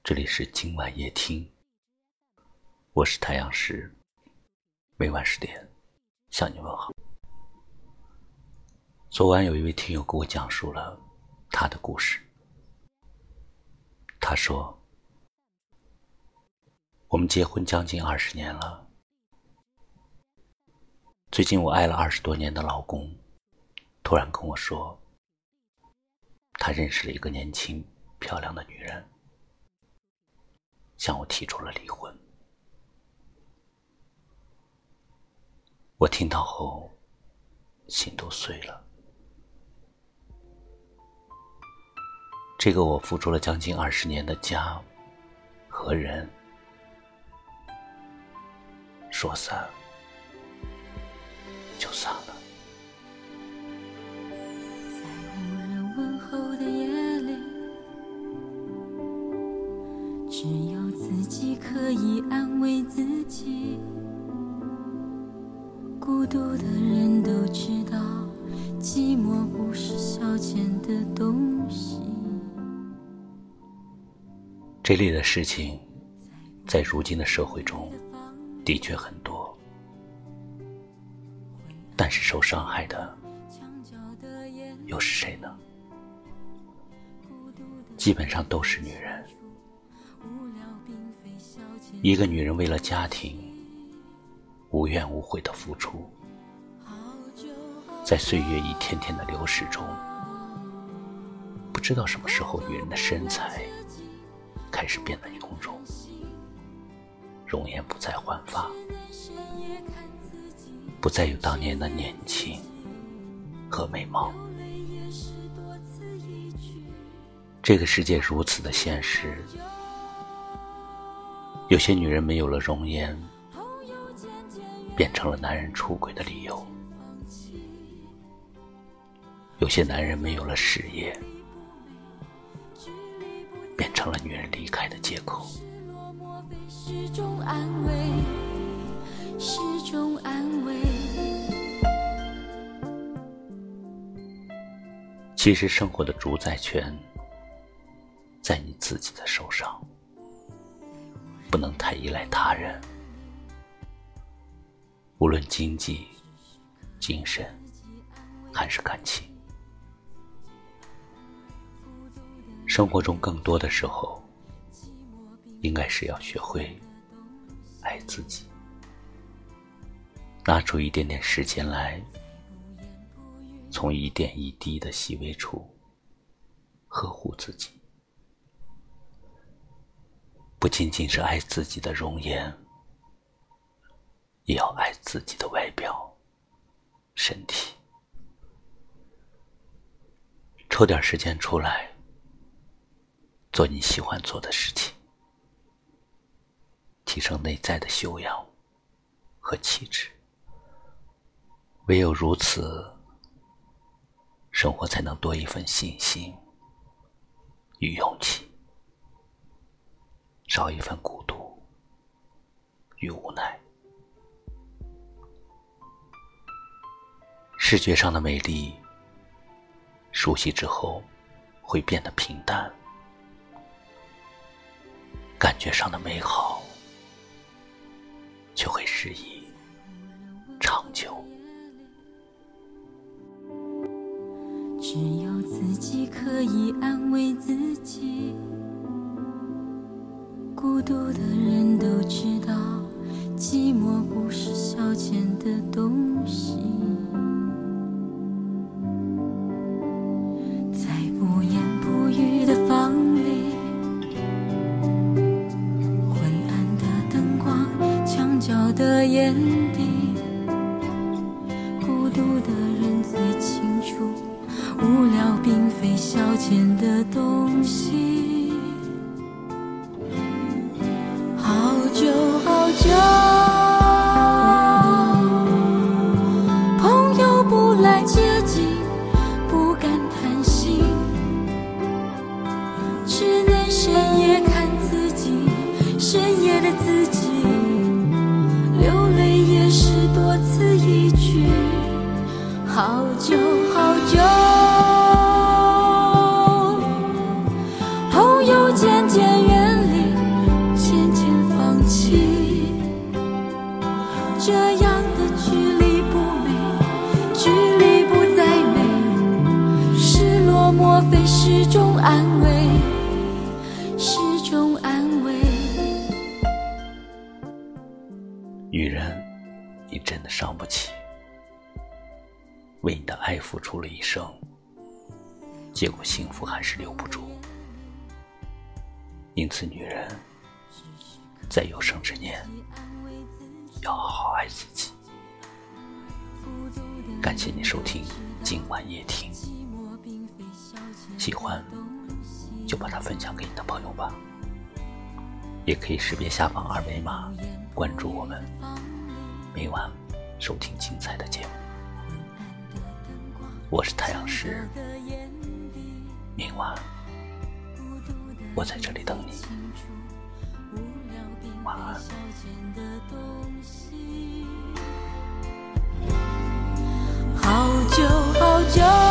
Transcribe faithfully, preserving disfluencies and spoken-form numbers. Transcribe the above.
这里是今晚夜听，我是太阳石，每晚十点向你问好。昨晚有一位听友给我讲述了他的故事。他说，我们结婚将近二十年了，最近我爱了二十多年的老公突然跟我说，他认识了一个年轻漂亮的女人，向我提出了离婚。我听到后心都碎了。这个我付出了将近二十年的家和人，说散就散了。 在无人问候的夜里，只有自己可以安慰自己。孤独的人都知道，寂寞不是消遣的东西。 这类的事情在如今的社会中的确很多，但是受伤害的又是谁呢？基本上都是女人。一个女人为了家庭无怨无悔的付出，在岁月一天天的流逝中，不知道什么时候女人的身材开始变得臃肿，容颜不再焕发，不再有当年的年轻和美貌。这个世界如此的现实，有些女人没有了容颜，变成了男人出轨的理由；有些男人没有了事业，变成了女人离开的借口。 是种安慰，是种安慰。 其实生活的主宰权在你自己的手上，不能太依赖他人。无论经济、精神还是感情，生活中更多的时候，应该是要学会爱自己，拿出一点点时间来，从一点一滴的细微处呵护自己。不仅仅是爱自己的容颜，也要爱自己的外表、身体。抽点时间出来，做你喜欢做的事情，提升内在的修养和气质。唯有如此，生活才能多一份信心与勇气，少一份孤独与无奈。视觉上的美丽，熟悉之后会变得平淡，感觉上的美好却会日益长久。 只有自己可以安慰自己，孤独的人都知道，寂寞不是消遣的东西。在不言不语的房里，昏暗的灯光，墙角的眼底，孤独的人最清楚，无聊并非消遣的东西。好久好久，朋友不来接近，不敢谈心，只能深夜看自己，深夜的自己，流泪也是多此一举。好久好久，朋友渐渐远离， 女人，你真的伤不起，为你的爱付出了一生，结果幸福还是留不住。因此女人在有生之年要好好爱自己。感谢你收听今晚夜听，喜欢就把它分享给你的朋友吧，也可以识别下方二维码关注我们，每晚收听精彩的节目。我是太阳石，明晚我在这里等你，晚安。 好久好久